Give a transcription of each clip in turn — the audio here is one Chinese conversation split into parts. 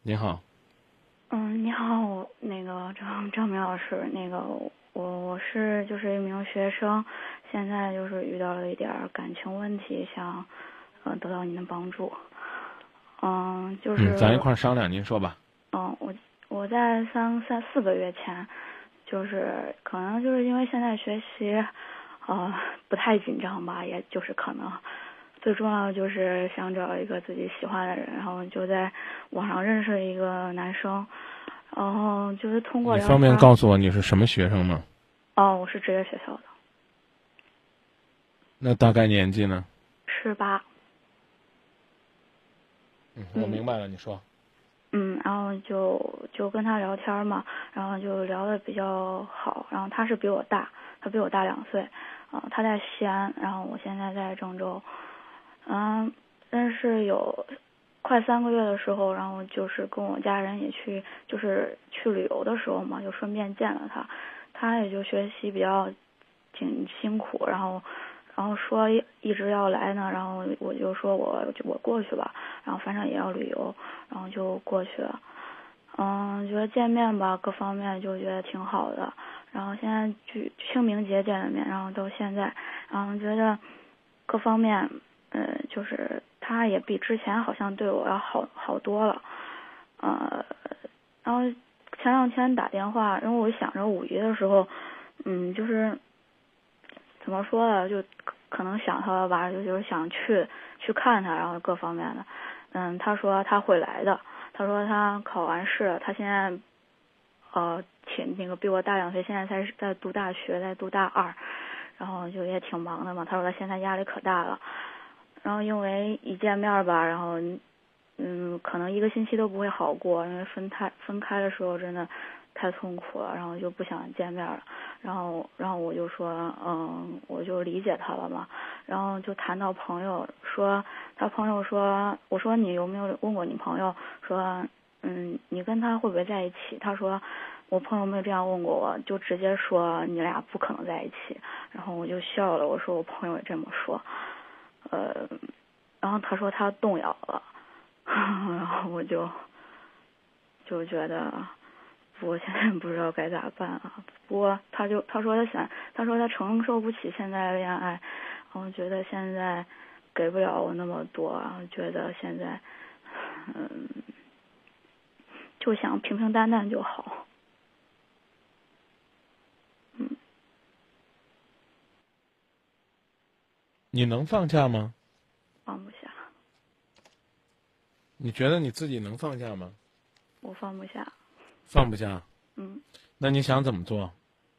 你好。 你好，那个张明老师，那个我是就是一名学生，现在就是遇到了一点感情问题，想得到您的帮助。就是咱一块儿商量，您说吧。 我在4个月前，就是可能就是因为现在学习不太紧张吧，也就是可能最重要的就是想找一个自己喜欢的人，然后就在网上认识一个男生，然后就是通过聊天。 你方便告诉我你是什么学生吗？ 我是职业学校的。 那大概年纪呢 ？18。 我明白了，你说。 然后就跟他聊天嘛，然后就聊得比较好，然后他是比我大，他比我大2岁，他在西安，然后我现在在郑州，但是有快3个月的时候，然后就是跟我家人也去旅游的时候嘛，就顺便见了他，他也就学习比较挺辛苦，然后说一直要来呢，然后我就说我过去吧，然后反正也要旅游，然后就过去了。觉得见面吧，各方面就觉得挺好的。然后现在清明节见了面，然后到现在，然后觉得各方面，就是他也比之前好像对我要好多了。然后前2天打电话，因为我想着5一的时候，就是怎么说呢，就可能想他了吧，就是想去看他，然后各方面的。他说他会来的。他说他考完试，他现在挺那个比我大2岁，现在才在读大学，在读大2，然后就也挺忙的嘛。他说他现在压力可大了，然后因为一见面吧，然后可能1个星期都不会好过，因为分开的时候真的太痛苦了，然后就不想见面了。然后我就说我就理解他了嘛。然后就谈到朋友，说他朋友说，我说你有没有问过你朋友，说你跟他会不会在一起？他说我朋友没有这样问过我，就直接说你俩不可能在一起。然后我就笑了，我说我朋友也这么说。然后他说他动摇了。然后我就觉得我现在不知道该咋办啊。不过他说他承受不起现在的恋爱，然后觉得现在给不了我那么多，然后觉得现在就想平平淡淡就好。 你能放下吗？ 放不下。 你觉得你自己能放下吗？ 我放不下。 放不下。那你想怎么做？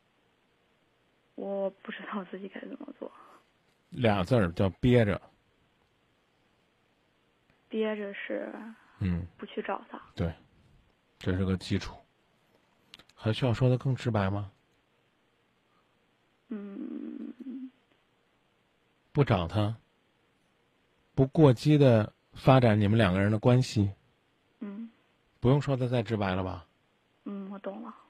我不知道自己该怎么做。 俩字儿叫憋着。 憋着是不去找他。 对，这是个基础。还需要说的更直白吗？不找他，不过激的发展你们2个人的关系。不用说的再直白了吧？ 我懂了。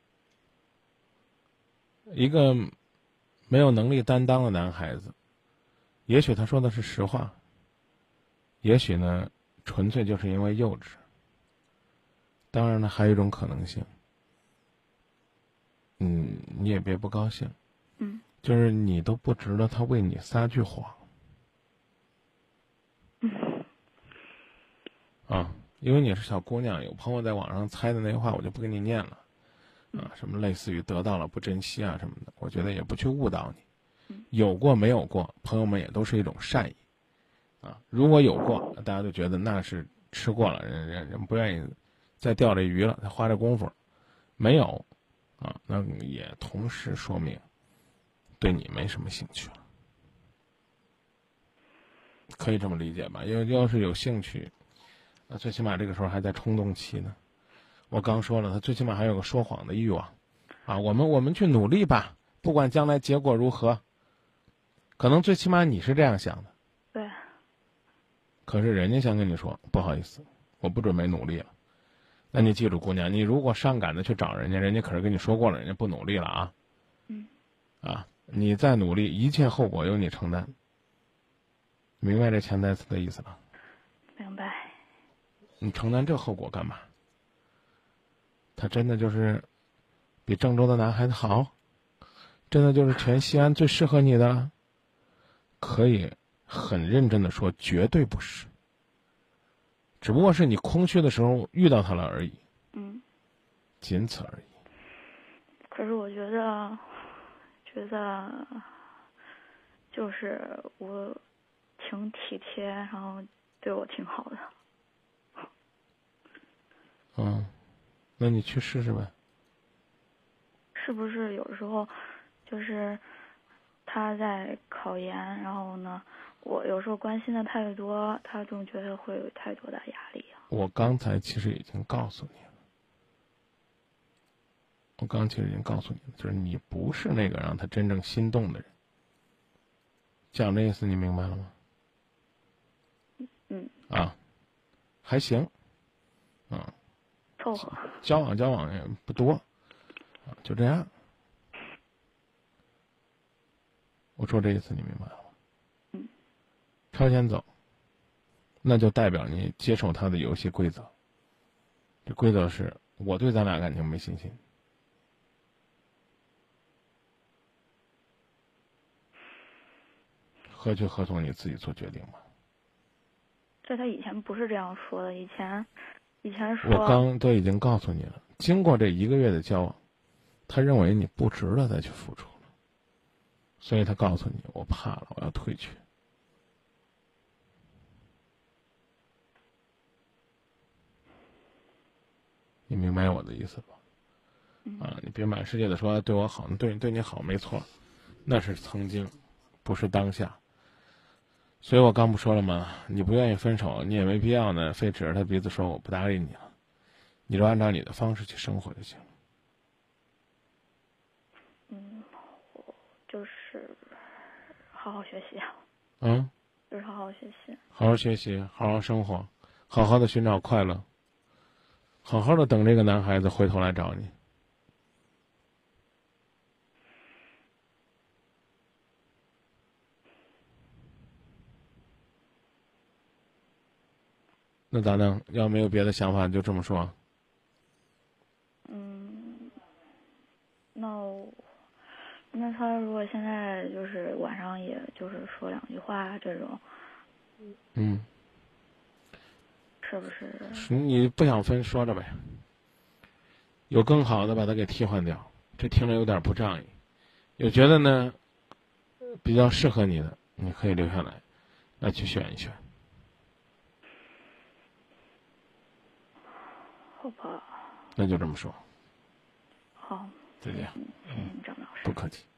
一个没有能力担当的男孩子，也许他说的是实话，也许呢纯粹就是因为幼稚。当然呢，还有一种可能性，你也别不高兴，就是你都不值得他为你撒句谎。因为你是小姑娘，有朋友在网上猜的那些话，我就不给你念了。什么类似于得到了不珍惜啊什么的，我觉得也不去误导你。有过没有过，朋友们也都是一种善意。如果有过，大家都觉得那是吃过了，人不愿意再钓这鱼了，再花这功夫。没有，那也同时说明对你没什么兴趣了。可以这么理解吧？因为要是有兴趣，那最起码这个时候还在冲动期呢。我刚说了，他最起码还有个说谎的欲望。我们去努力吧，不管将来结果如何。可能最起码你是这样想的。 对。 可是人家想跟你说，不好意思，我不准备努力了。那你记住，姑娘，你如果上赶的去找人家，人家可是跟你说过了，人家不努力了啊。你再努力，一切后果由你承担。明白这潜台词的意思了？ 明白。 你承担这后果干嘛？ 他真的就是比郑州的男孩子好？真的就是全西安最适合你的？可以很认真的说，绝对不是。只不过是你空虚的时候遇到他了而已。仅此而已。 可是我觉得就是我挺体贴，然后对我挺好的。 那你去试试呗。 是不是有时候就是他在考研，然后呢，我有时候关心的太多，他总觉得会有太多的压力啊。 我刚才其实已经告诉你了，就是你不是那个让他真正心动的人。讲这意思你明白了吗？还行， 凑合。 交往也不多，就这样。我说这意思你明白了吗？朝前走，那就代表你接受他的游戏规则。这规则是我对咱俩感情没信心。何去何从你自己做决定吧。 这他以前不是这样说的，以前说。 我刚都已经告诉你了，经过这1个月的交往，他认为你不值得再去付出了，所以他告诉你，我怕了，我要退去。你明白我的意思吧？你别满世界的说对我好，对你好没错，那是曾经，不是当下。所以我刚不说了吗？你不愿意分手，你也没必要呢，非指着他鼻子说我不搭理你了，你就按照你的方式去生活就行了。 我就是好好学习。就是好好学习。 好好学习，好好生活，好好的寻找快乐，好好的等这个男孩子回头来找你。那咋弄？要没有别的想法，就这么说。 那他如果现在就是晚上也就是说2句话这种，是不是？ 你不想分说着呗，有更好的把他给替换掉，这听着有点不仗义。有觉得呢比较适合你的，你可以留下来，来去选一选。 好吧。 那就这么说。 好。 再见。 谢谢你，张老师。 不客气。